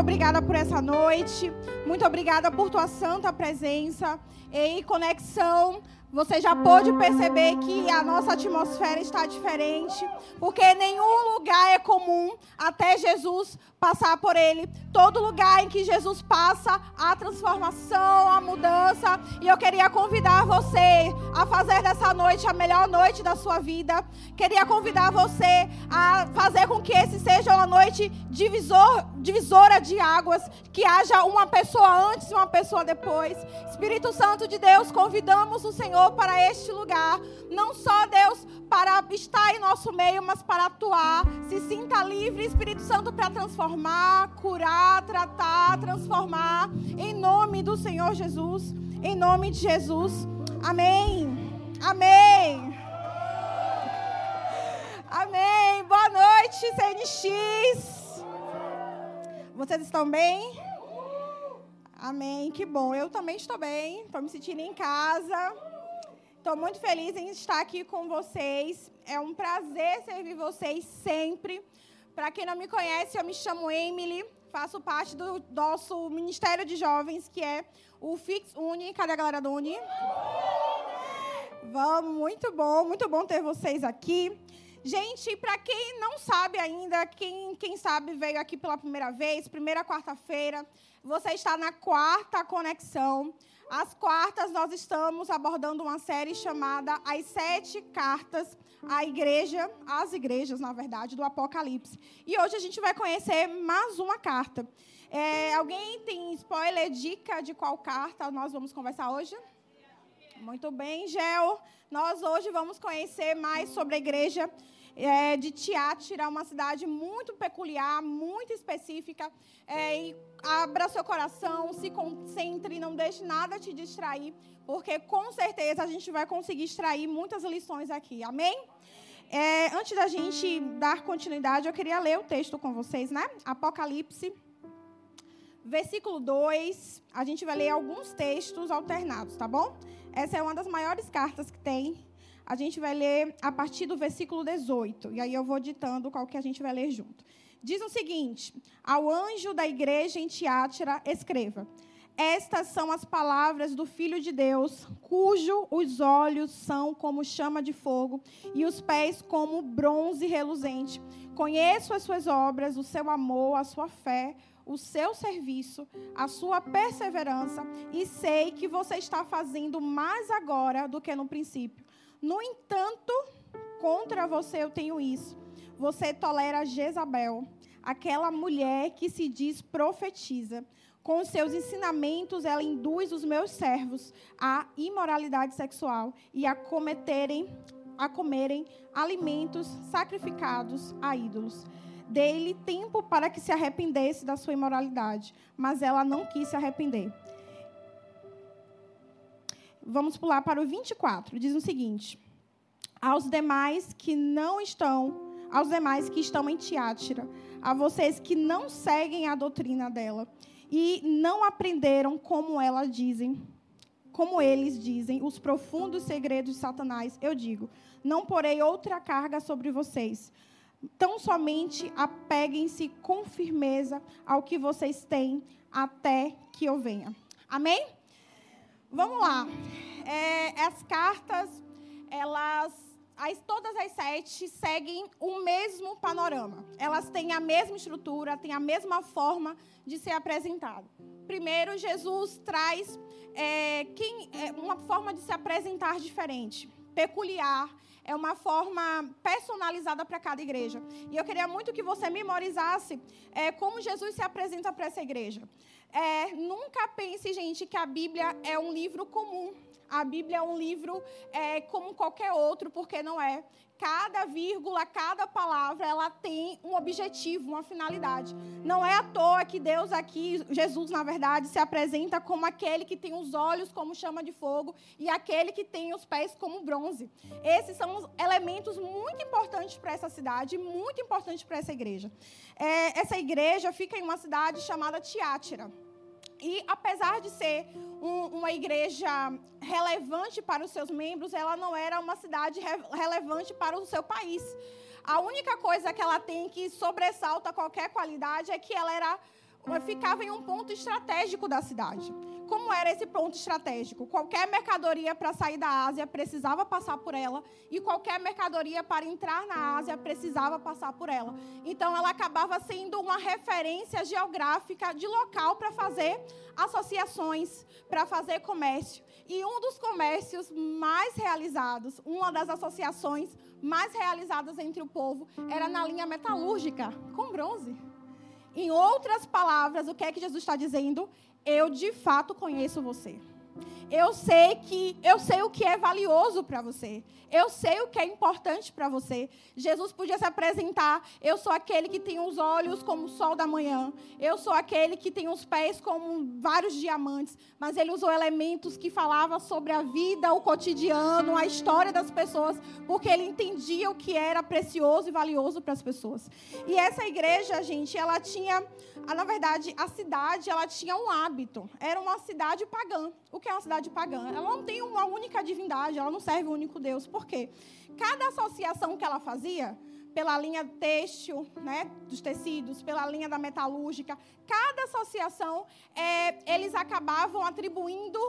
obrigada por essa noite. Muito obrigada por tua santa presença. Em conexão, você já pôde perceber que a nossa atmosfera está diferente, porque nenhum lugar é comum até Jesus passar por ele. Todo lugar em que Jesus passa, há transformação, há mudança. E eu queria convidar você a fazer dessa noite a melhor noite da sua vida. Queria convidar você a fazer com que esse seja uma noite divisora de águas, que haja uma pessoa antes e uma pessoa depois. Espírito Santo de Deus, convidamos o Senhor para este lugar. Não só, Deus, para estar em nosso meio, mas para atuar. Se sinta livre, Espírito Santo, para transformar, curar, tratar, transformar. Em nome do Senhor Jesus. Em nome de Jesus. Amém. Amém. Amém. Boa noite, CNX. Vocês estão bem? Amém. Que bom. Eu também estou bem. Estou me sentindo em casa. Estou muito feliz em estar aqui com vocês. É um prazer servir vocês sempre. Para quem não me conhece, eu me chamo Emily. Faço parte do nosso Ministério de Jovens, que é o Fix Uni. Cadê a galera do Uni? Vamos, muito bom ter vocês aqui. Gente, para quem não sabe ainda, quem sabe veio aqui pela primeira vez, primeira quarta-feira, você está na quarta conexão. Às quartas, nós estamos abordando uma série chamada As 7 Cartas às igrejas, na verdade, do Apocalipse. E hoje a gente vai conhecer mais uma carta. Alguém tem spoiler, dica de qual carta nós vamos conversar hoje? Muito bem, Gel. Nós hoje vamos conhecer mais sobre a igreja de Tiátira, uma cidade muito peculiar, muito específica. E abra seu coração, se concentre, não deixe nada te distrair, porque com certeza a gente vai conseguir extrair muitas lições aqui. Amém? Antes da gente dar continuidade, eu queria ler o texto com vocês, né? Apocalipse, versículo 2. A gente vai ler alguns textos alternados, tá bom? Essa é uma das maiores cartas que tem. A gente vai ler a partir do versículo 18. E aí eu vou ditando qual que a gente vai ler junto. Diz o seguinte: ao anjo da igreja em Tiátira, escreva: estas são as palavras do Filho de Deus, cujo os olhos são como chama de fogo e os pés como bronze reluzente. Conheço as suas obras, o seu amor, a sua fé, o seu serviço, a sua perseverança, e sei que você está fazendo mais agora do que no princípio. No entanto, contra você eu tenho isso. Você tolera Jezabel, aquela mulher que se diz profetiza. Com os seus ensinamentos, ela induz os meus servos à imoralidade sexual e a comerem alimentos sacrificados a ídolos. Dei-lhe tempo para que se arrependesse da sua imoralidade, mas ela não quis se arrepender. Vamos pular para o 24. Diz o seguinte: aos demais que estão em Tiátira, a vocês que não seguem a doutrina dela e não aprenderam como eles dizem, os profundos segredos de Satanás, eu digo: não porei outra carga sobre vocês. Tão somente apeguem-se com firmeza ao que vocês têm até que eu venha. Amém? Vamos lá. As cartas, todas as 7 seguem o mesmo panorama. Elas têm a mesma estrutura, têm a mesma forma de ser apresentado. Primeiro, Jesus traz uma forma de se apresentar diferente, peculiar. É uma forma personalizada para cada igreja. E eu queria muito que você memorizasse como Jesus se apresenta para essa igreja. Nunca pense, gente, que a Bíblia é um livro comum. A Bíblia é um livro como qualquer outro, porque não é. Cada vírgula, cada palavra, ela tem um objetivo, uma finalidade. Não é à toa que Deus aqui, Jesus, na verdade, se apresenta como aquele que tem os olhos como chama de fogo e aquele que tem os pés como bronze. Esses são os elementos muito importantes para essa cidade, muito importantes para essa igreja. Essa igreja fica em uma cidade chamada Tiátira. E, apesar de ser uma igreja relevante para os seus membros, ela não era uma cidade relevante para o seu país. A única coisa que ela tem que sobressalta qualquer qualidade é que ela era ficava em um ponto estratégico da cidade. Como era esse ponto estratégico? Qualquer mercadoria para sair da Ásia precisava passar por ela, e qualquer mercadoria para entrar na Ásia precisava passar por ela. Então, ela acabava sendo uma referência geográfica de local para fazer associações, para fazer comércio. E um dos comércios mais realizados, uma das associações mais realizadas entre o povo, era na linha metalúrgica, com bronze. Em outras palavras, o que é que Jesus está dizendo? Eu, de fato, conheço você. Eu sei o que é valioso para você. Eu sei o que é importante para você. Jesus podia se apresentar: eu sou aquele que tem os olhos como o sol da manhã. Eu sou aquele que tem os pés como vários diamantes. Mas ele usou elementos que falavam sobre a vida, o cotidiano, a história das pessoas, porque ele entendia o que era precioso e valioso para as pessoas. E essa igreja, gente, ela tinha, na verdade, a cidade, ela tinha um hábito. Era uma cidade pagã. O que é uma cidade pagã? Ela não tem uma única divindade, ela não serve o único Deus. Por quê? Cada associação que ela fazia, pela linha têxtil, né, dos tecidos, pela linha da metalúrgica, cada associação, eles acabavam atribuindo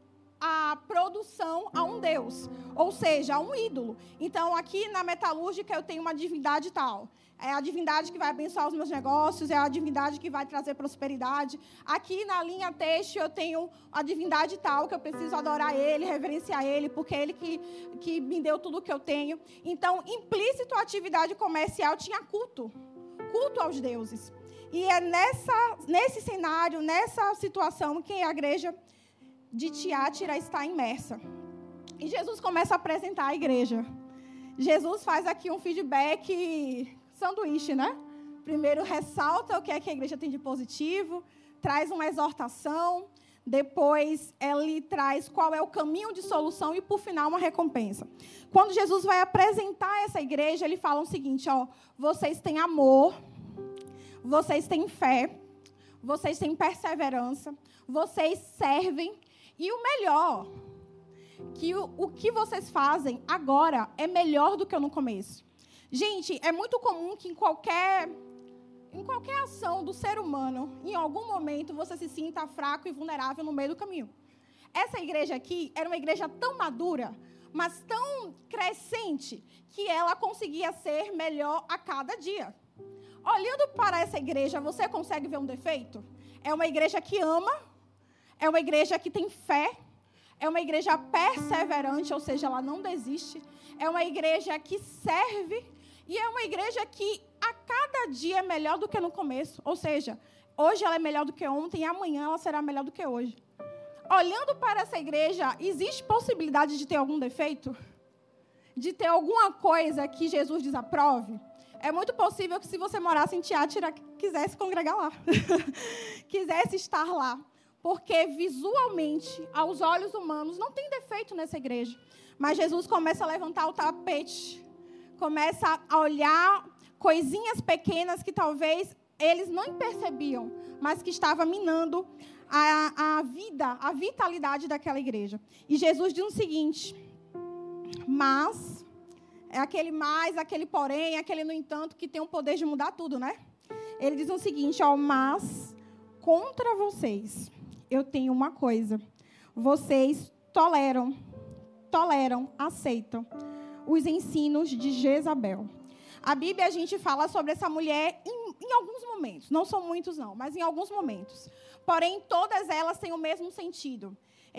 a produção a um Deus, ou seja, a um ídolo. Então, aqui na metalúrgica eu tenho uma divindade tal. É a divindade que vai abençoar os meus negócios, é a divindade que vai trazer prosperidade. Aqui na linha têxtil eu tenho a divindade tal, que eu preciso adorar ele, reverenciar ele, porque é ele que me deu tudo o que eu tenho. Então, implícito à atividade comercial tinha culto aos deuses. E é nesse cenário, nessa situação, que a igreja de Tiátira está imersa. E Jesus começa a apresentar a igreja. Jesus faz aqui um feedback sanduíche, né? Primeiro ressalta o que é que a igreja tem de positivo, traz uma exortação, depois ele traz qual é o caminho de solução e, por final, uma recompensa. Quando Jesus vai apresentar essa igreja, ele fala o seguinte: vocês têm amor, vocês têm fé, vocês têm perseverança, vocês servem, e o melhor, que o que vocês fazem agora é melhor do que no começo. Gente, é muito comum que em qualquer ação do ser humano, em algum momento, você se sinta fraco e vulnerável no meio do caminho. Essa igreja aqui era uma igreja tão madura, mas tão crescente, que ela conseguia ser melhor a cada dia. Olhando para essa igreja, você consegue ver um defeito? É uma igreja que ama, é uma igreja que tem fé, é uma igreja perseverante, ou seja, ela não desiste. É uma igreja que serve e é uma igreja que a cada dia é melhor do que no começo. Ou seja, hoje ela é melhor do que ontem e amanhã ela será melhor do que hoje. Olhando para essa igreja, existe possibilidade de ter algum defeito? De ter alguma coisa que Jesus desaprove? É muito possível que, se você morasse em Tiátira, quisesse congregar lá. Quisesse estar lá. Porque visualmente, aos olhos humanos, não tem defeito nessa igreja. Mas Jesus começa a levantar o tapete, começa a olhar coisinhas pequenas que talvez eles não percebiam, mas que estavam minando a vida, a vitalidade daquela igreja. E Jesus diz o seguinte: mas, é aquele mais, aquele porém, aquele no entanto, que tem o poder de mudar tudo, né? Ele diz o seguinte: mas contra vocês eu tenho uma coisa: vocês toleram, aceitam os ensinos de Jezabel. A Bíblia, a gente fala sobre essa mulher em alguns momentos. Não são muitos, não, mas em alguns momentos. Porém, todas elas têm o mesmo sentido.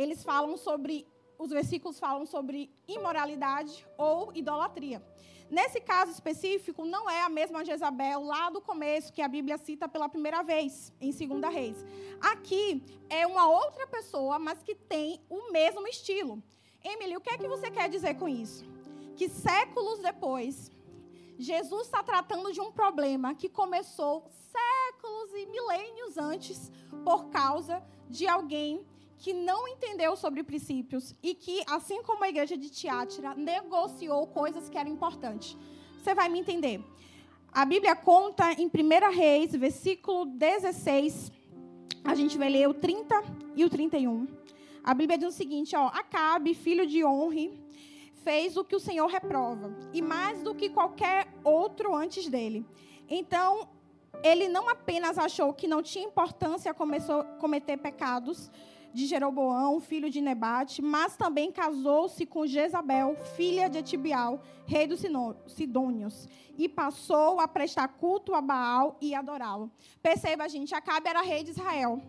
Os versículos falam sobre imoralidade ou idolatria. Nesse caso específico, não é a mesma Jezabel lá do começo, que a Bíblia cita pela primeira vez, em 2 Reis. Aqui é uma outra pessoa, mas que tem o mesmo estilo. Emily, o que é que você quer dizer com isso? Que séculos depois, Jesus está tratando de um problema que começou séculos e milênios antes, por causa de alguém que não entendeu sobre princípios e que, assim como a igreja de Tiátira, negociou coisas que eram importantes. Você vai me entender. A Bíblia conta em 1 Reis, versículo 16, a gente vai ler o 30 e o 31. A Bíblia diz o seguinte: Acabe, filho de Onri, fez o que o Senhor reprova, e mais do que qualquer outro antes dele. Então, ele não apenas achou que não tinha importância cometer pecados de Jeroboão, filho de Nebate, mas também casou-se com Jezabel, filha de Etibial, rei dos Sidônios, e passou a prestar culto a Baal e adorá-lo. Perceba, gente, Acabe era rei de Israel.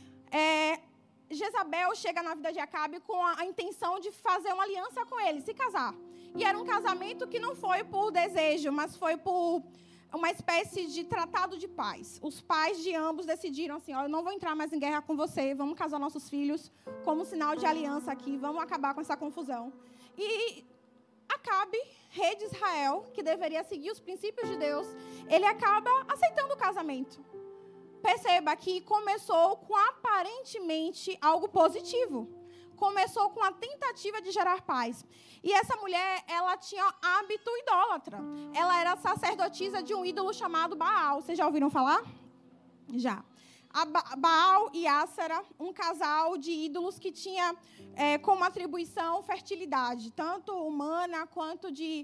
Jezabel chega na vida de Acabe com a intenção de fazer uma aliança com ele, se casar. E era um casamento que não foi por desejo, mas foi por uma espécie de tratado de paz. Os pais de ambos decidiram assim, eu não vou entrar mais em guerra com você, vamos casar nossos filhos como sinal de aliança aqui, vamos acabar com essa confusão. E Acabe, rei de Israel, que deveria seguir os princípios de Deus, ele acaba aceitando o casamento. Perceba que começou com aparentemente algo positivo. Começou com a tentativa de gerar paz. E essa mulher, ela tinha hábito idólatra. Ela era sacerdotisa de um ídolo chamado Baal. Vocês já ouviram falar? Já. Baal e Ássera, um casal de ídolos que tinha como atribuição fertilidade, tanto humana quanto de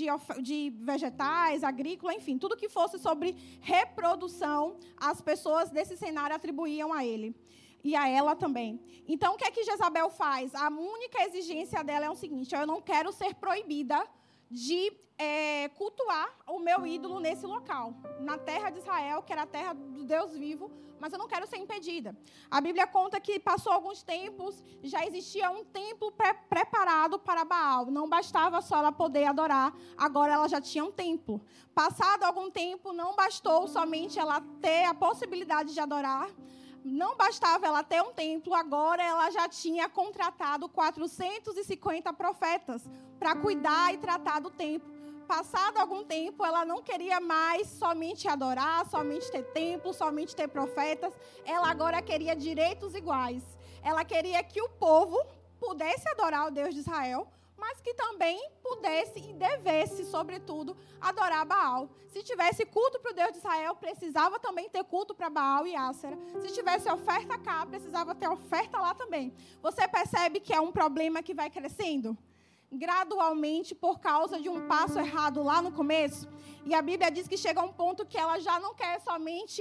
vegetais, agrícola, enfim, tudo que fosse sobre reprodução, as pessoas desse cenário atribuíam a ele. E a ela também. Então, o que é que Jezabel faz? A única exigência dela é o seguinte, eu não quero ser proibida de cultuar o meu ídolo nesse local, na terra de Israel, que era a terra do Deus vivo, mas eu não quero ser impedida. A Bíblia conta que passou alguns tempos, já existia um templo preparado para Baal. Não bastava só ela poder adorar, agora ela já tinha um templo. Passado algum tempo, não bastou somente ela ter a possibilidade de adorar, não bastava ela ter um templo, agora ela já tinha contratado 450 profetas para cuidar e tratar do templo. Passado algum tempo, ela não queria mais somente adorar, somente ter templo, somente ter profetas. Ela agora queria direitos iguais. Ela queria que o povo pudesse adorar o Deus de Israel, mas que também pudesse e devesse, sobretudo, adorar Baal. Se tivesse culto para o Deus de Israel, precisava também ter culto para Baal e Ássera. Se tivesse oferta cá, precisava ter oferta lá também. Você percebe que é um problema que vai crescendo? Gradualmente, por causa de um passo errado lá no começo. E a Bíblia diz que chega a um ponto que ela já não quer somente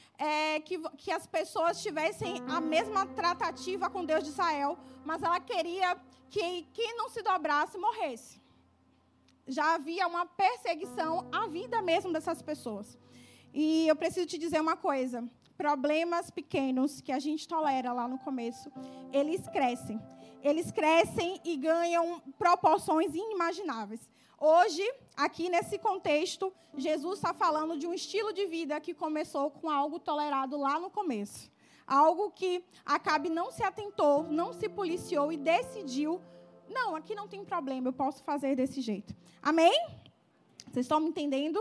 que as pessoas tivessem a mesma tratativa com Deus de Israel, mas ela queria que quem não se dobrasse morresse. Já havia uma perseguição à vida mesmo dessas pessoas. E eu preciso te dizer uma coisa. Problemas pequenos que a gente tolera lá no começo, eles crescem. Eles crescem e ganham proporções inimagináveis. Hoje, aqui nesse contexto, Jesus está falando de um estilo de vida que começou com algo tolerado lá no começo. Algo que Acabe não se atentou, não se policiou e decidiu, não, aqui não tem problema, eu posso fazer desse jeito. Amém? Vocês estão me entendendo?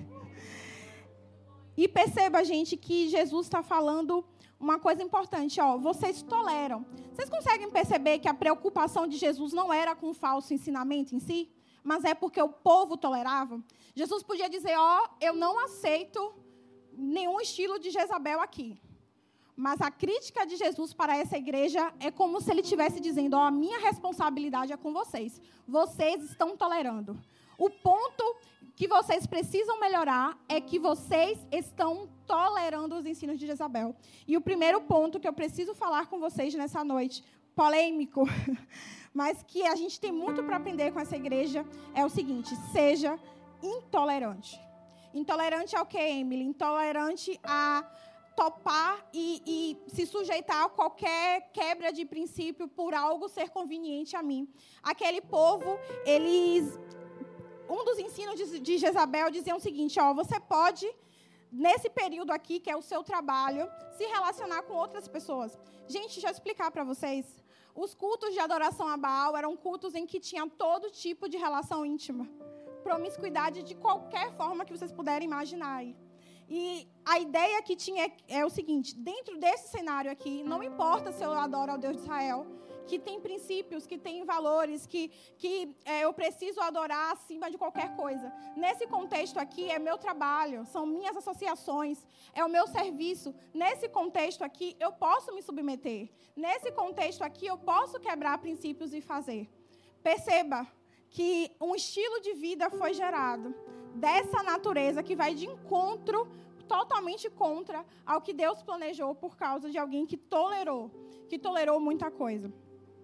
E perceba, gente, que Jesus está falando uma coisa importante, vocês toleram. Vocês conseguem perceber que a preocupação de Jesus não era com o falso ensinamento em si, mas é porque o povo tolerava? Jesus podia dizer, eu não aceito nenhum estilo de Jezabel aqui. Mas a crítica de Jesus para essa igreja é como se ele estivesse dizendo, a minha responsabilidade é com vocês. Vocês estão tolerando. O ponto que vocês precisam melhorar é que vocês estão tolerando os ensinos de Jezabel. E o primeiro ponto que eu preciso falar com vocês nessa noite, polêmico, mas que a gente tem muito para aprender com essa igreja, é o seguinte, seja intolerante. Intolerante ao quê, Emily? Intolerante a topar e se sujeitar a qualquer quebra de princípio por algo ser conveniente a mim. Aquele povo, um dos ensinos de Jezabel dizia o seguinte, você pode, nesse período aqui, que é o seu trabalho, se relacionar com outras pessoas. Gente, deixa eu explicar para vocês. Os cultos de adoração a Baal eram cultos em que tinha todo tipo de relação íntima. Promiscuidade de qualquer forma que vocês puderem imaginar aí. E a ideia que tinha é o seguinte, dentro desse cenário aqui, não importa se eu adoro ao Deus de Israel, que tem princípios, que tem valores, que eu preciso adorar acima de qualquer coisa. Nesse contexto aqui, é meu trabalho, são minhas associações, é o meu serviço. Nesse contexto aqui, eu posso me submeter. Nesse contexto aqui, eu posso quebrar princípios e fazer. Perceba que um estilo de vida foi gerado dessa natureza que vai de encontro totalmente contra ao que Deus planejou por causa de alguém que tolerou muita coisa.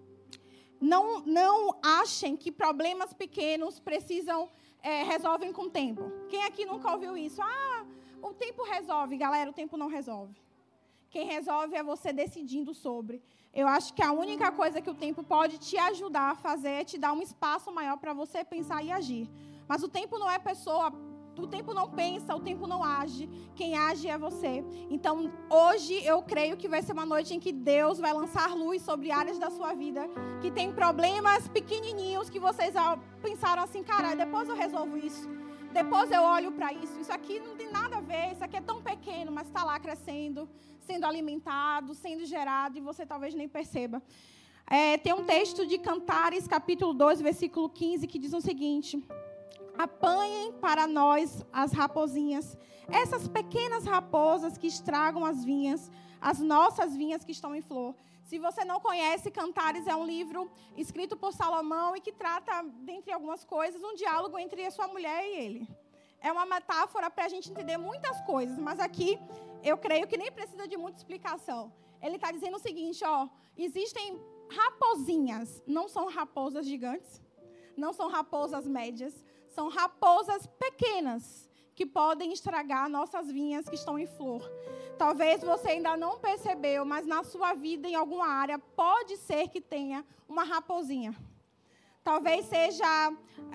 Não achem que problemas pequenos resolvem com o tempo. Quem aqui nunca ouviu isso? O tempo resolve. Galera, o tempo não resolve. Quem resolve é você decidindo sobre. Eu acho que a única coisa que o tempo pode te ajudar a fazer é te dar um espaço maior para você pensar e agir. Mas o tempo não é pessoa, o tempo não pensa, o tempo não age. Quem age é você. Então, hoje eu creio que vai ser uma noite em que Deus vai lançar luz sobre áreas da sua vida que tem problemas pequenininhos que vocês pensaram assim, cara, depois eu resolvo isso. Depois eu olho para isso. Isso aqui não tem nada a ver, isso aqui é tão pequeno, mas está lá crescendo, sendo alimentado, sendo gerado, e você talvez nem perceba. Tem um texto de Cantares, capítulo 2, versículo 15, que diz o seguinte: apanhem para nós as raposinhas, essas pequenas raposas que estragam as vinhas, as nossas vinhas que estão em flor. Se você não conhece, Cantares é um livro escrito por Salomão e que trata, dentre algumas coisas, um diálogo entre a sua mulher e ele. É uma metáfora para a gente entender muitas coisas, mas aqui eu creio que nem precisa de muita explicação. Ele está dizendo o seguinte, existem raposinhas, não são raposas gigantes, não são raposas médias, são raposas pequenas que podem estragar nossas vinhas que estão em flor. Talvez você ainda não percebeu, mas na sua vida, em alguma área, pode ser que tenha uma raposinha. Talvez seja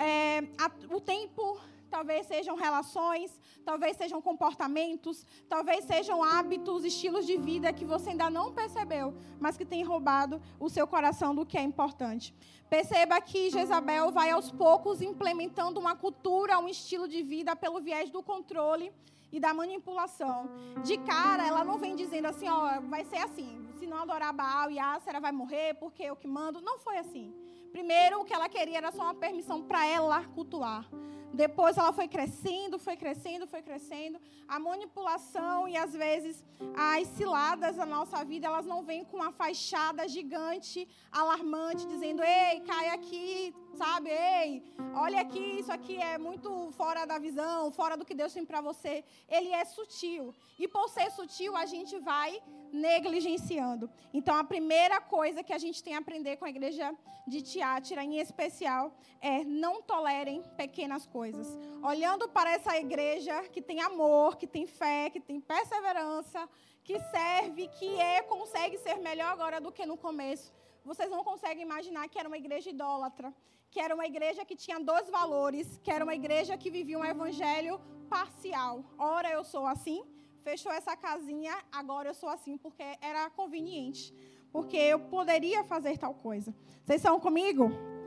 o tempo, talvez sejam relações, talvez sejam comportamentos, talvez sejam hábitos, estilos de vida que você ainda não percebeu, mas que tem roubado o seu coração do que é importante. Perceba que Jezabel vai aos poucos implementando uma cultura, um estilo de vida pelo viés do controle e da manipulação. De cara, ela não vem dizendo assim, vai ser assim, se não adorar Baal e Ácera vai morrer, porque eu que mando. Não foi assim. Primeiro, o que ela queria era só uma permissão para ela cultuar. Depois ela foi crescendo. A manipulação e, às vezes, as ciladas da nossa vida, elas não vêm com uma fachada gigante, alarmante, dizendo, ei, cai aqui, sabe? Ei, olha aqui, isso aqui é muito fora da visão, fora do que Deus tem para você. Ele é sutil. E, por ser sutil, a gente vai negligenciando. Então, a primeira coisa que a gente tem a aprender com a igreja de Tiátira, em especial, é não tolerem pequenas coisas. Olhando para essa igreja que tem amor, que tem fé, que tem perseverança, que serve, consegue ser melhor agora do que no começo. Vocês não conseguem imaginar que era uma igreja idólatra, que era uma igreja que tinha 2 valores, que era uma igreja que vivia um evangelho parcial. Ora eu sou assim, fechou essa casinha, agora eu sou assim, porque era conveniente. Porque eu poderia fazer tal coisa. Vocês estão comigo?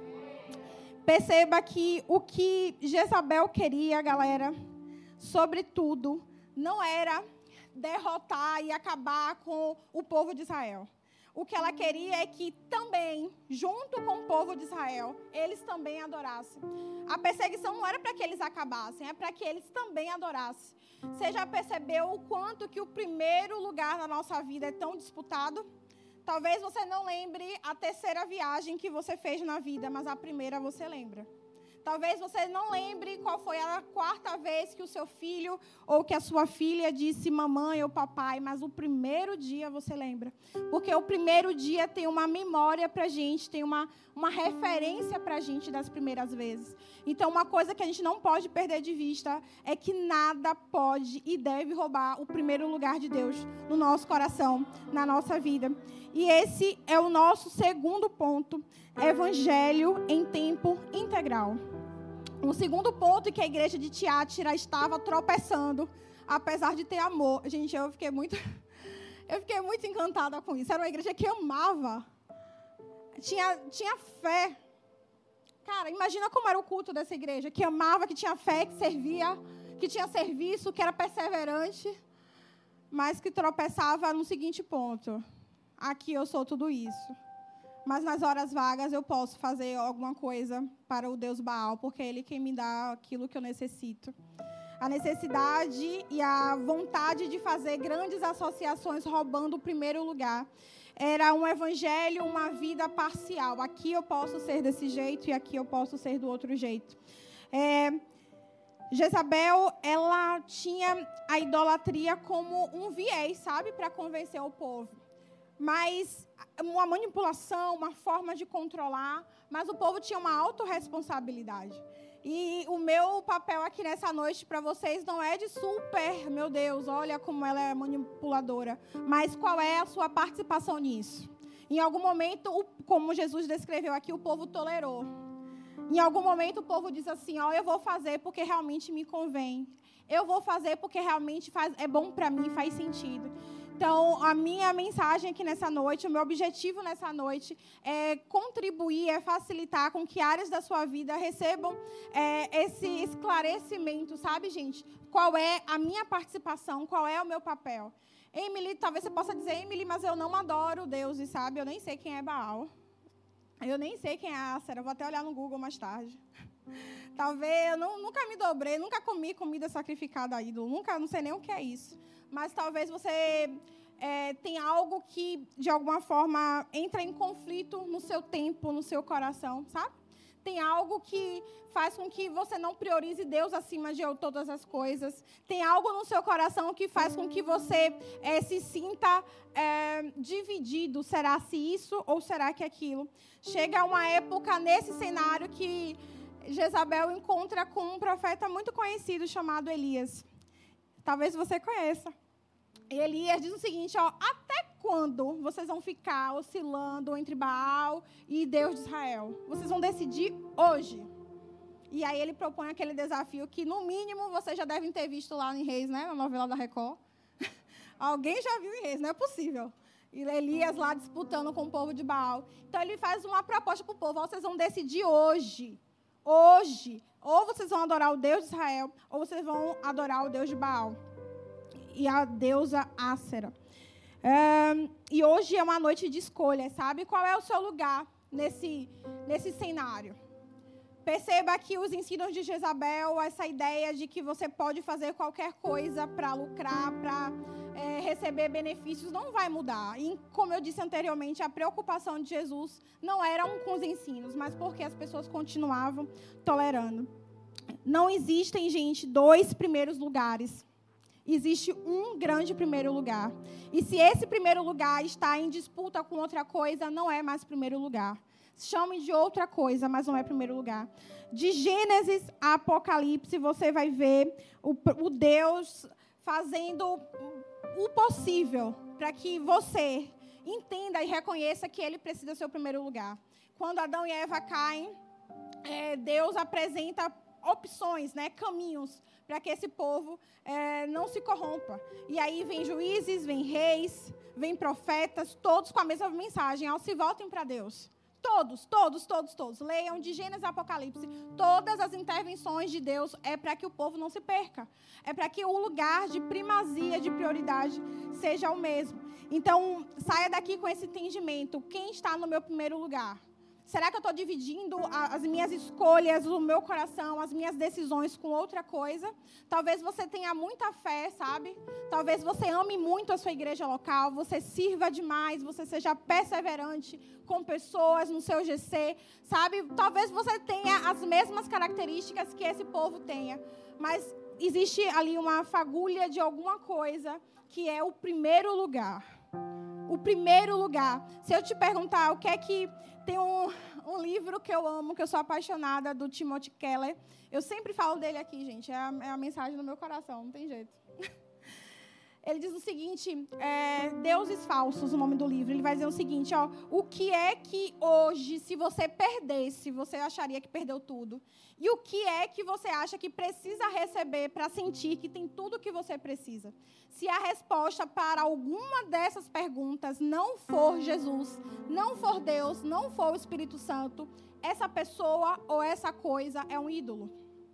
Perceba que o que Jezabel queria, galera, sobretudo, não era derrotar e acabar com o povo de Israel. O que ela queria é que também, junto com o povo de Israel, eles também adorassem. A perseguição não era para que eles acabassem, é para que eles também adorassem. Você já percebeu o quanto que o primeiro lugar na nossa vida é tão disputado? Talvez você não lembre a 3ª viagem que você fez na vida, mas a primeira você lembra. Talvez você não lembre qual foi a 4ª vez que o seu filho ou que a sua filha disse mamãe ou papai, mas o primeiro dia você lembra. Porque o primeiro dia tem uma memória para a gente, tem uma referência para a gente das primeiras vezes. Então, uma coisa que a gente não pode perder de vista é que nada pode e deve roubar o primeiro lugar de Deus no nosso coração, na nossa vida. E esse é o nosso segundo ponto, evangelho em tempo integral. O segundo ponto que a igreja de Tiátira estava tropeçando, apesar de ter amor. Gente, eu fiquei muito encantada com isso. Era uma igreja que amava. Tinha fé. Cara, imagina como era o culto dessa igreja, que amava, que tinha fé, que servia, que tinha serviço, que era perseverante, mas que tropeçava no seguinte ponto. Aqui eu sou tudo isso. Mas nas horas vagas eu posso fazer alguma coisa para o Deus Baal, porque é Ele quem me dá aquilo que eu necessito. A necessidade e a vontade de fazer grandes associações roubando o primeiro lugar. Era um evangelho, uma vida parcial. Aqui eu posso ser desse jeito e aqui eu posso ser do outro jeito. Jezabel, ela tinha a idolatria como um viés, sabe, para convencer o povo. Mas uma manipulação, uma forma de controlar, mas o povo tinha uma autorresponsabilidade. E o meu papel aqui nessa noite para vocês não é de super, meu Deus, olha como ela é manipuladora, mas qual é a sua participação nisso? Em algum momento, como Jesus descreveu aqui, o povo tolerou. Em algum momento o povo diz assim, eu vou fazer porque realmente me convém. Eu vou fazer porque realmente é bom para mim, faz sentido. Então, a minha mensagem aqui nessa noite, o meu objetivo nessa noite é contribuir, é facilitar com que áreas da sua vida recebam esse esclarecimento, sabe, gente? Qual é a minha participação, qual é o meu papel? Emily, talvez você possa dizer, Emily, mas eu não adoro deuses, sabe? Eu nem sei quem é Baal. Eu nem sei quem é Ácera, vou até olhar no Google mais tarde. Talvez, eu nunca me dobrei, nunca comi comida sacrificada a ídolo, não sei nem o que é isso. Mas talvez você tenha algo que, de alguma forma, entra em conflito no seu tempo, no seu coração, sabe? Tem algo que faz com que você não priorize Deus acima de todas as coisas. Tem algo no seu coração que faz com que você se sinta dividido. Será se isso ou será que aquilo? Chega uma época nesse cenário que Jezabel encontra com um profeta muito conhecido chamado Elias. Talvez você conheça. E Elias diz o seguinte, até quando vocês vão ficar oscilando entre Baal e Deus de Israel? Vocês vão decidir hoje. E aí ele propõe aquele desafio que, no mínimo, vocês já devem ter visto lá em Reis, né? Na novela da Record. Alguém já viu em Reis, não é possível. E Elias lá disputando com o povo de Baal. Então ele faz uma proposta para o povo, vocês vão decidir hoje. Hoje, ou vocês vão adorar o Deus de Israel, ou vocês vão adorar o Deus de Baal. E a deusa Ácera. E hoje é uma noite de escolha, sabe? Qual é o seu lugar nesse cenário? Perceba que os ensinos de Jezabel, essa ideia de que você pode fazer qualquer coisa para lucrar, para receber benefícios, não vai mudar. E, como eu disse anteriormente, a preocupação de Jesus não era com os ensinos, mas porque as pessoas continuavam tolerando. Não existem, gente, dois primeiros lugares. Existe um grande primeiro lugar. E se esse primeiro lugar está em disputa com outra coisa, não é mais primeiro lugar. Chame de outra coisa, mas não é primeiro lugar. De Gênesis a Apocalipse, você vai ver o Deus fazendo o possível para que você entenda e reconheça que Ele precisa ser o primeiro lugar. Quando Adão e Eva caem, Deus apresenta opções, caminhos, para que esse povo não se corrompa. E aí vem juízes, vem reis, vem profetas, todos com a mesma mensagem, se voltem para Deus. Todos. Leiam de Gênesis a Apocalipse. Todas as intervenções de Deus é para que o povo não se perca. É para que o lugar de primazia, de prioridade, seja o mesmo. Então, saia daqui com esse entendimento. Quem está no meu primeiro lugar? Será que eu estou dividindo as minhas escolhas, o meu coração, as minhas decisões com outra coisa? Talvez você tenha muita fé, sabe? Talvez você ame muito a sua igreja local, você sirva demais, você seja perseverante com pessoas no seu GC, sabe? Talvez você tenha as mesmas características que esse povo tenha, mas existe ali uma fagulha de alguma coisa que é o primeiro lugar. O primeiro lugar. Se eu te perguntar o que é que... Tem um livro que eu amo, que eu sou apaixonada, do Timothy Keller. Eu sempre falo dele aqui, gente. É a mensagem do meu coração, não tem jeito. Ele diz o seguinte, Deuses Falsos, o nome do livro. Ele vai dizer o seguinte, o que é que hoje, se você perdesse, você acharia que perdeu tudo? E o que é que você acha que precisa receber para sentir que tem tudo o que você precisa? Se a resposta para alguma dessas perguntas não for Jesus, não for Deus, não for o Espírito Santo, essa pessoa ou essa coisa é um ídolo.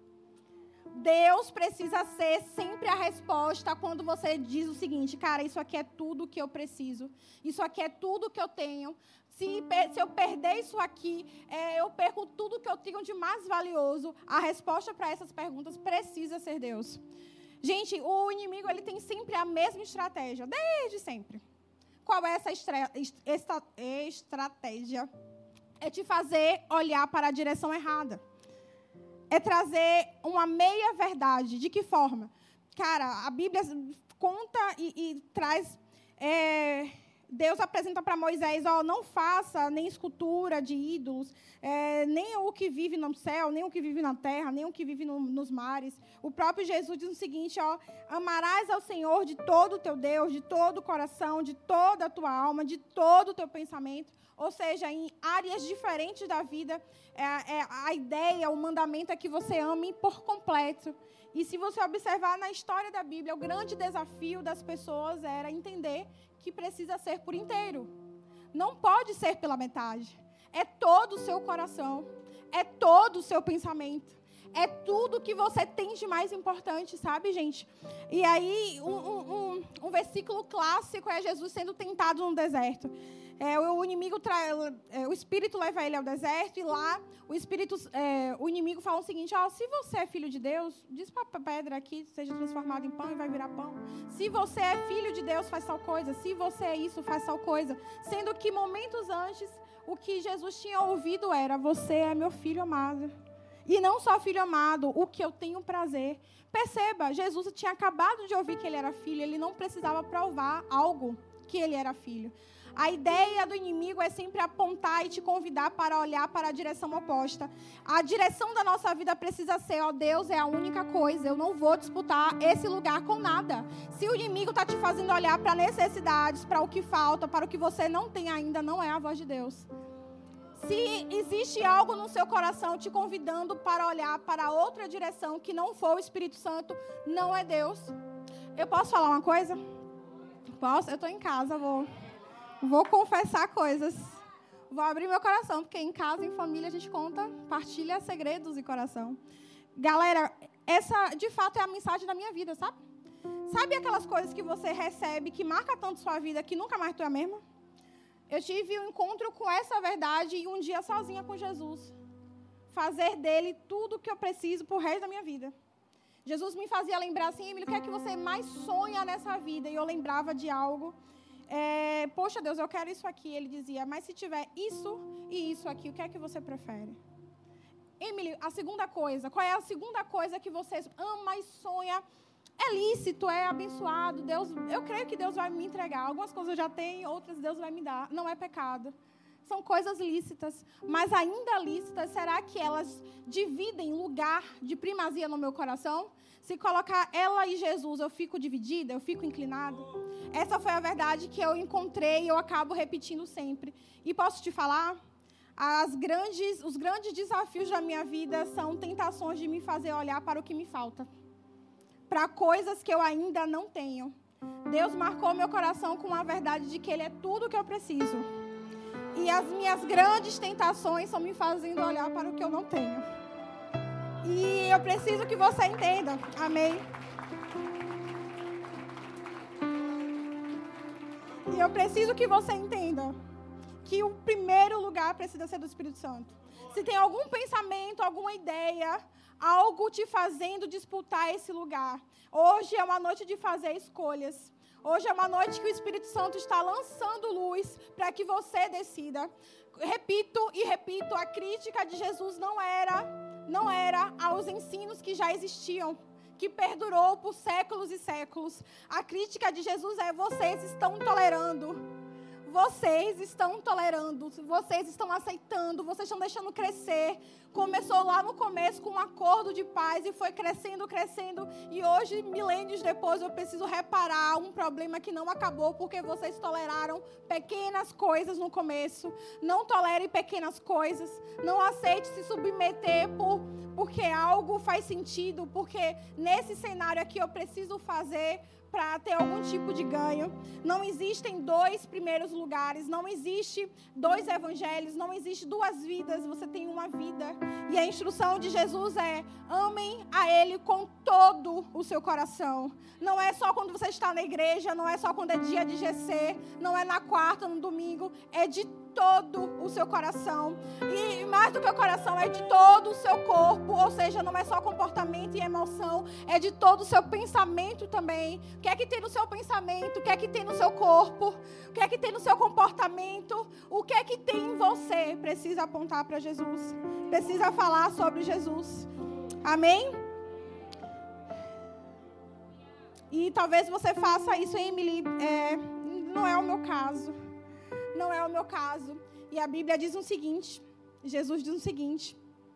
Deus precisa ser sempre a resposta quando você diz o seguinte, cara, isso aqui é tudo que eu preciso, isso aqui é tudo que eu tenho. Se eu perder isso aqui, eu perco tudo que eu tenho de mais valioso. A resposta para essas perguntas precisa ser Deus. Gente, o inimigo ele tem sempre a mesma estratégia, desde sempre. Qual é essa estratégia? É te fazer olhar para a direção errada. É trazer uma meia-verdade. De que forma? cara, a Bíblia conta e traz... Deus apresenta para Moisés, não faça nem escultura de ídolos, nem o que vive no céu, nem o que vive na terra, nem o que vive nos mares. O próprio Jesus diz o seguinte, amarás ao Senhor de todo o teu Deus, de todo o coração, de toda a tua alma, de todo o teu pensamento. Ou seja, em áreas diferentes da vida, a ideia, o mandamento é que você ame por completo. E se você observar na história da Bíblia, o grande desafio das pessoas era entender que precisa ser por inteiro. Não pode ser pela metade. É todo o seu coração. É todo o seu pensamento. É tudo que você tem de mais importante, sabe, gente? E aí, um versículo clássico é Jesus sendo tentado no deserto. O Espírito leva ele ao deserto e lá o inimigo fala o seguinte, se você é filho de Deus, diz para a pedra aqui, seja transformado em pão e vai virar pão. Se você é filho de Deus, faz tal coisa. Se você é isso, faz tal coisa. Sendo que momentos antes, o que Jesus tinha ouvido era, você é meu filho amado. E não só filho amado, o que eu tenho prazer. Perceba, Jesus tinha acabado de ouvir que ele era filho, ele não precisava provar algo que ele era filho. A ideia do inimigo é sempre apontar e te convidar para olhar para a direção oposta. A direção da nossa vida precisa ser, Deus é a única coisa, eu não vou disputar esse lugar com nada. Se o inimigo está te fazendo olhar para necessidades, para o que falta, para o que você não tem ainda, não é a voz de Deus. Se existe algo no seu coração te convidando para olhar para outra direção que não for o Espírito Santo, não é Deus. Eu posso falar uma coisa? Posso? Eu estou em casa, vou confessar coisas. Vou abrir meu coração, porque em casa, em família, a gente partilha segredos de coração. Galera, essa de fato é a mensagem da minha vida, sabe? Sabe aquelas coisas que você recebe, que marca tanto sua vida, que nunca mais tu é a mesma? Eu tive um encontro com essa verdade e um dia sozinha com Jesus. Fazer dele tudo o que eu preciso pro resto da minha vida. Jesus me fazia lembrar assim, Emílio, o que é que você mais sonha nessa vida? E eu lembrava de algo. Poxa, Deus, eu quero isso aqui. Ele dizia, mas se tiver isso e isso aqui, o que é que você prefere? Emílio, a segunda coisa, qual é a segunda coisa que você ama e sonha? É lícito, é abençoado. Deus, eu creio que Deus vai me entregar. Algumas coisas eu já tenho, outras Deus vai me dar. Não é pecado. São coisas lícitas, mas ainda lícitas, será que elas dividem lugar de primazia no meu coração? Se colocar ela e Jesus, eu fico dividida, eu fico inclinada? Essa foi a verdade que eu encontrei e eu acabo repetindo sempre. E posso te falar? Os grandes desafios da minha vida são tentações de me fazer olhar para o que me falta. Para coisas que eu ainda não tenho. Deus marcou meu coração com a verdade de que Ele é tudo o que eu preciso. E as minhas grandes tentações estão me fazendo olhar para o que eu não tenho. E eu preciso que você entenda. Amém? E eu preciso que você entenda que o primeiro lugar precisa ser do Espírito Santo. Se tem algum pensamento, alguma ideia, algo te fazendo disputar esse lugar, hoje é uma noite de fazer escolhas. Hoje é uma noite que o Espírito Santo está lançando luz para que você decida. Repito e repito, a crítica de Jesus não era aos ensinos que já existiam, que perdurou por séculos e séculos. A crítica de Jesus é: vocês estão tolerando. Vocês estão tolerando, vocês estão aceitando, vocês estão deixando crescer. Começou lá no começo com um acordo de paz e foi crescendo, crescendo. E hoje, milênios depois, eu preciso reparar um problema que não acabou porque vocês toleraram pequenas coisas no começo. Não tolere pequenas coisas. Não aceite se submeter porque algo faz sentido, porque nesse cenário aqui eu preciso fazer para ter algum tipo de ganho. Não existem dois primeiros lugares, não existe dois evangelhos, não existe duas vidas, você tem uma vida. E a instrução de Jesus é: amem a Ele com todo o seu coração. Não é só quando você está na igreja, não é só quando é dia de GC, não é na quarta, no domingo, é de todo o seu coração. E mais do que o coração, é de todo o seu corpo. Ou seja, não é só comportamento e emoção, é de todo o seu pensamento também. O que é que tem no seu pensamento? O que é que tem no seu corpo? O que é que tem no seu comportamento? O que é que tem em você? Precisa apontar para Jesus. Precisa falar sobre Jesus. Amém? E talvez você faça isso, Emily. Não é o meu caso. Não é o meu caso. E a Bíblia diz o seguinte, Jesus diz o seguinte,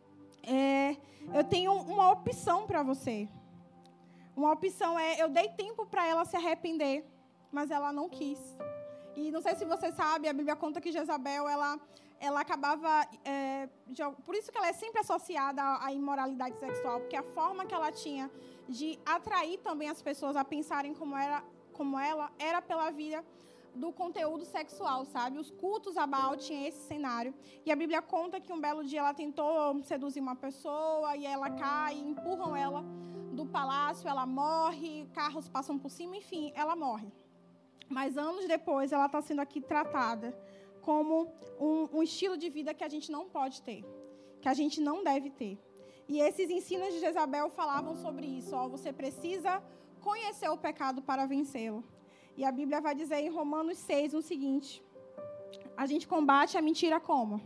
eu tenho uma opção para você. Uma opção eu dei tempo para ela se arrepender, mas ela não quis. E não sei se você sabe, a Bíblia conta que Jezabel, ela acabava... por isso que ela é sempre associada à imoralidade sexual, porque a forma que ela tinha de atrair também as pessoas a pensarem como ela era pela via do conteúdo sexual, sabe? Os cultos a Baal tinham esse cenário. E a Bíblia conta que um belo dia ela tentou seduzir uma pessoa e ela cai, empurram ela do palácio, ela morre, carros passam por cima, enfim, ela morre. Mas anos depois ela está sendo aqui tratada como um estilo de vida que a gente não pode ter, que a gente não deve ter. E esses ensinos de Jezabel falavam sobre isso. Você precisa conhecer o pecado para vencê-lo. E a Bíblia vai dizer em Romanos 6 o seguinte: a gente combate a mentira como?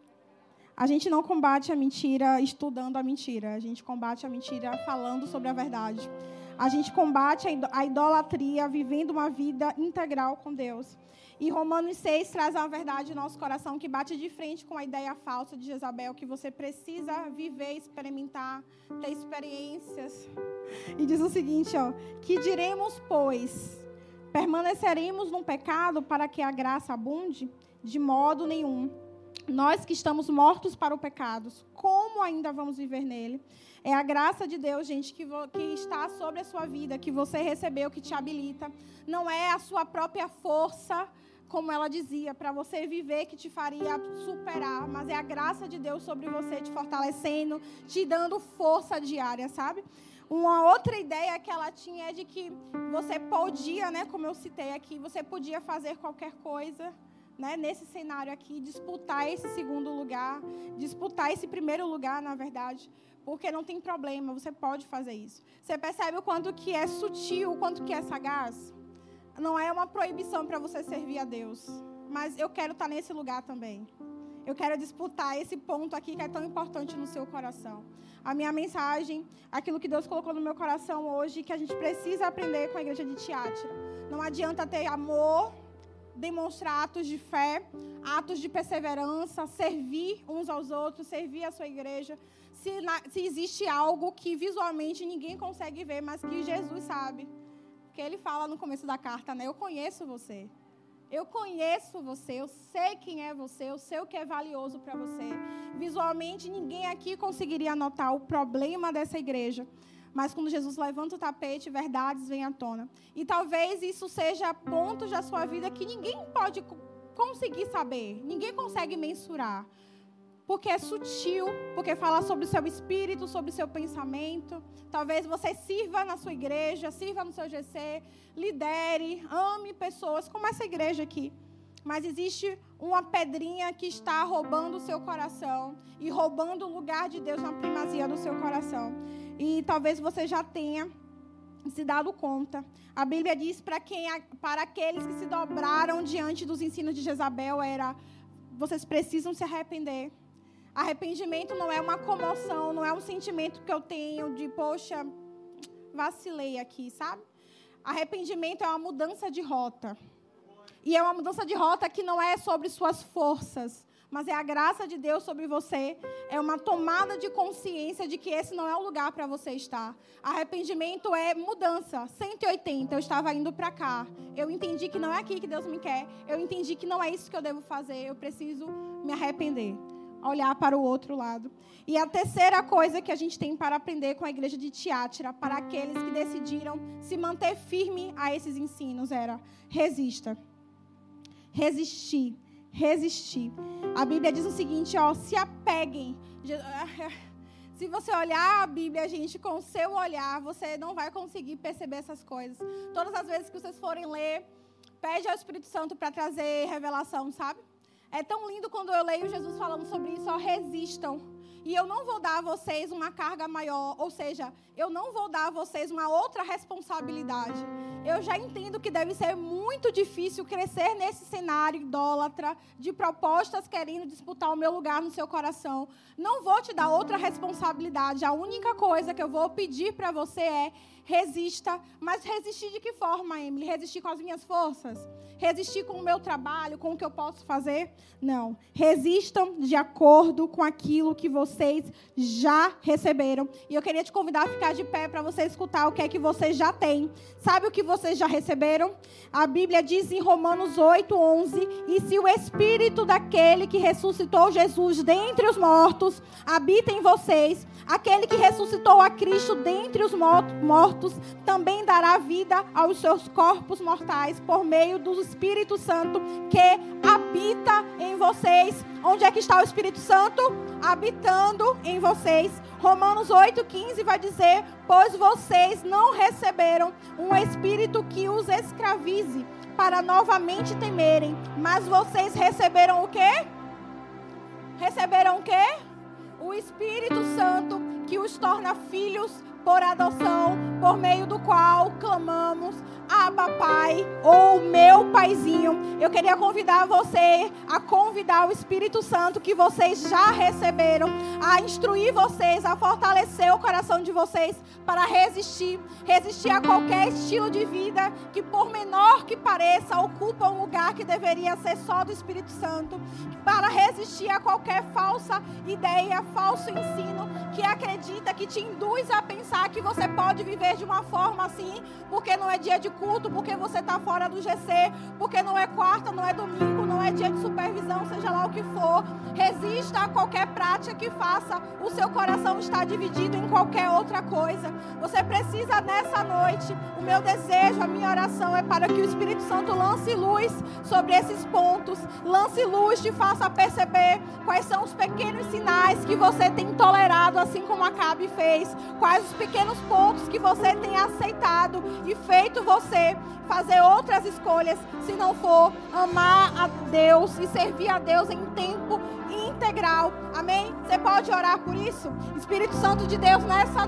A gente não combate a mentira estudando a mentira. A gente combate a mentira falando sobre a verdade. A gente combate a idolatria vivendo uma vida integral com Deus. E Romanos 6 traz a verdade no nosso coração que bate de frente com a ideia falsa de Jezabel, que você precisa viver, experimentar, ter experiências. E diz o seguinte, que diremos, pois... Permaneceremos no pecado para que a graça abunde? De modo nenhum. Nós que estamos mortos para o pecado, como ainda vamos viver nele? É a graça de Deus, gente, que está sobre a sua vida, que você recebeu, que te habilita. Não é a sua própria força, como ela dizia, para você viver, que te faria superar. Mas é a graça de Deus sobre você, te fortalecendo, te dando força diária, sabe? Uma outra ideia que ela tinha é de que você podia, né, como eu citei aqui, você podia fazer qualquer coisa, né, nesse cenário aqui, disputar esse segundo lugar, disputar esse primeiro lugar, na verdade, porque não tem problema, você pode fazer isso. Você percebe o quanto que é sutil, o quanto que é sagaz? Não é uma proibição para você servir a Deus, mas eu quero estar nesse lugar também. Eu quero disputar esse ponto aqui que é tão importante no seu coração. A minha mensagem, aquilo que Deus colocou no meu coração hoje, que a gente precisa aprender com a igreja de Tiátira. Não adianta ter amor, demonstrar atos de fé, atos de perseverança, servir uns aos outros, servir a sua igreja. Se existe algo que visualmente ninguém consegue ver, mas que Jesus sabe. Porque ele fala no começo da carta, né? Eu conheço você. Eu conheço você, eu sei quem é você, eu sei o que é valioso para você. Visualmente, ninguém aqui conseguiria notar o problema dessa igreja. Mas quando Jesus levanta o tapete, verdades vêm à tona. E talvez isso seja pontos da sua vida que ninguém pode conseguir saber, ninguém consegue mensurar. Porque é sutil, porque fala sobre o seu espírito, sobre o seu pensamento. Talvez você sirva na sua igreja, sirva no seu GC, lidere, ame pessoas, como essa igreja aqui. Mas existe uma pedrinha que está roubando o seu coração e roubando o lugar de Deus na primazia do seu coração. E talvez você já tenha se dado conta. A Bíblia diz para aqueles que se dobraram diante dos ensinos de Jezabel, vocês precisam se arrepender. Arrependimento não é uma comoção, não é um sentimento que eu tenho de, poxa, vacilei aqui, sabe? Arrependimento é uma mudança de rota. E é uma mudança de rota que não é sobre suas forças, mas é a graça de Deus sobre você. É uma tomada de consciência de que esse não é o lugar para você estar. Arrependimento é mudança, 180, eu estava indo para cá. Eu entendi que não é aqui que Deus me quer. Eu entendi que não é isso que eu devo fazer. Eu preciso me arrepender. Olhar para o outro lado. E a terceira coisa que a gente tem para aprender com a igreja de Tiátira, para aqueles que decidiram se manter firme a esses ensinos, era resista. Resistir. Resistir. A Bíblia diz o seguinte, se apeguem. Se você olhar a Bíblia, gente, com o seu olhar, você não vai conseguir perceber essas coisas. Todas as vezes que vocês forem ler, pede ao Espírito Santo para trazer revelação, sabe? É tão lindo quando eu leio Jesus falando sobre isso, resistam. E eu não vou dar a vocês uma carga maior, ou seja, eu não vou dar a vocês uma outra responsabilidade. Eu já entendo que deve ser muito difícil crescer nesse cenário idólatra, de propostas querendo disputar o meu lugar no seu coração. Não vou te dar outra responsabilidade. A única coisa que eu vou pedir para você é resista. Mas resistir de que forma, Emily? Resistir com as minhas forças? Resistir com o meu trabalho, com o que eu posso fazer? Não. Resistam de acordo com aquilo que vocês já receberam. E eu queria te convidar a ficar de pé para você escutar o que é que você já tem. Sabe o que vocês já receberam? A Bíblia diz em Romanos 8:11: e se o Espírito daquele que ressuscitou Jesus dentre os mortos habita em vocês, aquele que ressuscitou a Cristo dentre os mortos também dará vida aos seus corpos mortais por meio do Espírito Santo que habita em vocês. Onde é que está o Espírito Santo? Habitando em vocês. Romanos 8:15 vai dizer: pois vocês não receberam um espírito que os escravize para novamente temerem, mas vocês receberam o quê? Receberam o quê? O Espírito Santo que os torna filhos por adoção, por meio do qual clamamos: Abba, Pai, ou meu Paizinho. Eu queria convidar você a convidar o Espírito Santo que vocês já receberam, a instruir vocês, a fortalecer o coração de vocês para resistir a qualquer estilo de vida que, por menor que pareça, ocupa um lugar que deveria ser só do Espírito Santo, para resistir a qualquer falsa ideia, falso ensino que acredita, que te induz a pensar que você pode viver de uma forma assim, porque não é dia de culto, porque você está fora do GC, porque não é quarta, não é domingo, não é dia de supervisão, seja lá o que for. Resista a qualquer prática que faça o seu coração estar dividido em qualquer outra coisa. Você precisa nessa noite, o meu desejo, a minha oração é para que o Espírito Santo lance luz sobre esses pontos, lance luz, te faça perceber quais são os pequenos sinais que você tem tolerado, assim como Acabe fez, quais os pequenos pontos que você tem aceitado e feito você fazer outras escolhas, se não for amar a Deus e servir a Deus em tempo integral. Amém? Você pode orar por isso? Espírito Santo de Deus, nessa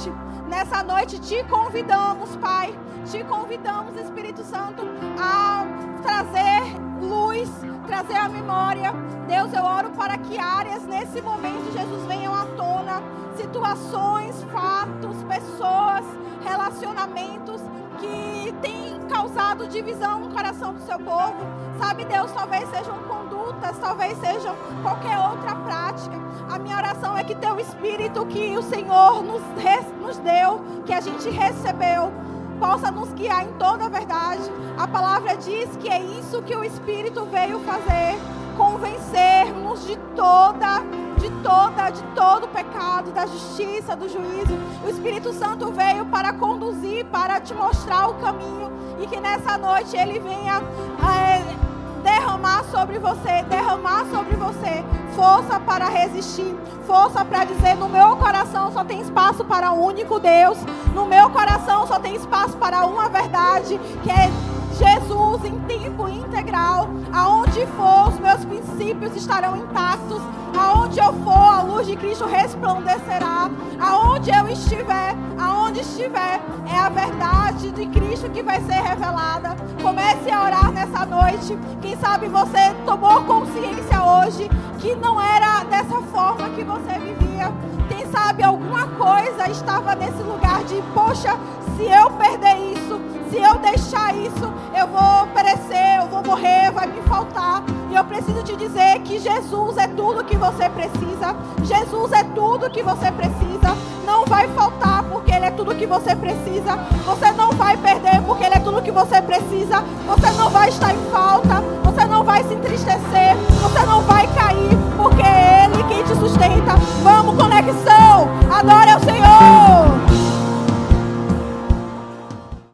noite te convidamos, Pai, te convidamos, Espírito Santo, a trazer luz, trazer a memória. Deus, eu oro para que áreas nesse momento, Jesus, venham à tona, situações, fatos, pessoas, relacionamentos que têm causado divisão no coração do seu povo. Sabe, Deus, talvez sejam condutas, talvez sejam qualquer outra prática. A minha oração é que teu Espírito, que o Senhor nos deu, que a gente recebeu, possa nos guiar em toda a verdade. A palavra diz que é isso que o Espírito veio fazer: convencer-nos de todo pecado, da justiça, do juízo. O Espírito Santo veio para conduzir, para te mostrar o caminho, e que nessa noite Ele venha derramar sobre você força para resistir, força para dizer: no meu coração só tem espaço para um único Deus, no meu coração só tem espaço para uma verdade, que é Jesus em tempo integral. Aonde for, os meus princípios estarão intactos. Aonde eu for, a luz de Cristo resplandecerá. Aonde estiver, é a verdade de Cristo que vai ser revelada. Comece a orar nessa noite. Quem sabe você tomou consciência hoje que não era dessa forma que você vivia. Quem sabe alguma coisa estava nesse lugar de: poxa, se eu perder isso, se eu deixar isso, eu vou perecer, eu vou morrer, vai me faltar. E eu preciso te dizer que Jesus é tudo que você precisa. Jesus é tudo que você precisa. Não vai faltar, porque Ele é tudo que você precisa. Você não vai perder, porque Ele é tudo que você precisa. Você não vai estar em falta. Você não vai se entristecer. Você não vai cair.